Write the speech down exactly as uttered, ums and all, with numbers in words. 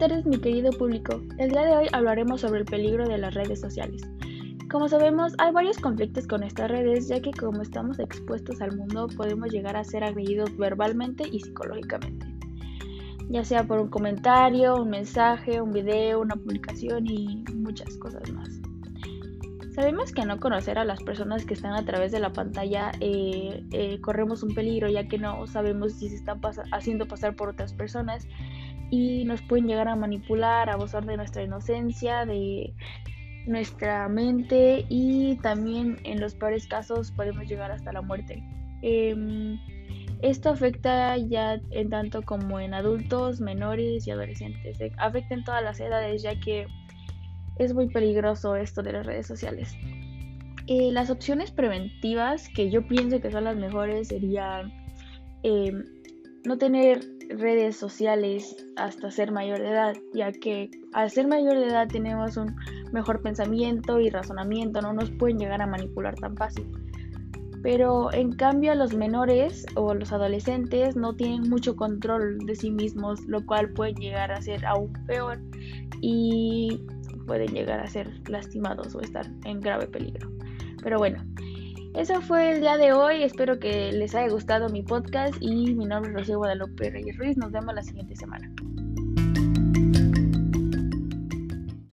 tardes, mi querido público. El día de hoy hablaremos sobre el peligro de las redes sociales. Como sabemos, hay varios conflictos con estas redes, ya que como estamos expuestos al mundo, podemos llegar a ser agredidos verbalmente y psicológicamente, ya sea por un comentario, un mensaje, un video, una publicación y muchas cosas más. Sabemos que al no conocer a las personas que están a través de la pantalla, eh, eh, corremos un peligro, ya que no sabemos si se están pas- haciendo pasar por otras personas y nos pueden llegar a manipular, a abusar de nuestra inocencia, de nuestra mente, y también en los peores casos podemos llegar hasta la muerte. Eh, esto afecta ya en tanto como en adultos, menores y adolescentes. Eh, Afecta en todas las edades, ya que es muy peligroso esto de las redes sociales. Eh, las opciones preventivas que yo pienso que son las mejores serían eh, no tener redes sociales hasta ser mayor de edad, ya que al ser mayor de edad tenemos un mejor pensamiento y razonamiento, no nos pueden llegar a manipular tan fácil. Pero en cambio los menores o los adolescentes no tienen mucho control de sí mismos, lo cual puede llegar a ser aún peor y pueden llegar a ser lastimados o estar en grave peligro. Pero bueno, eso fue el día de hoy. Espero que les haya gustado mi podcast y mi nombre es Rocío Guadalupe Reyes Ruiz. Nos vemos la siguiente semana.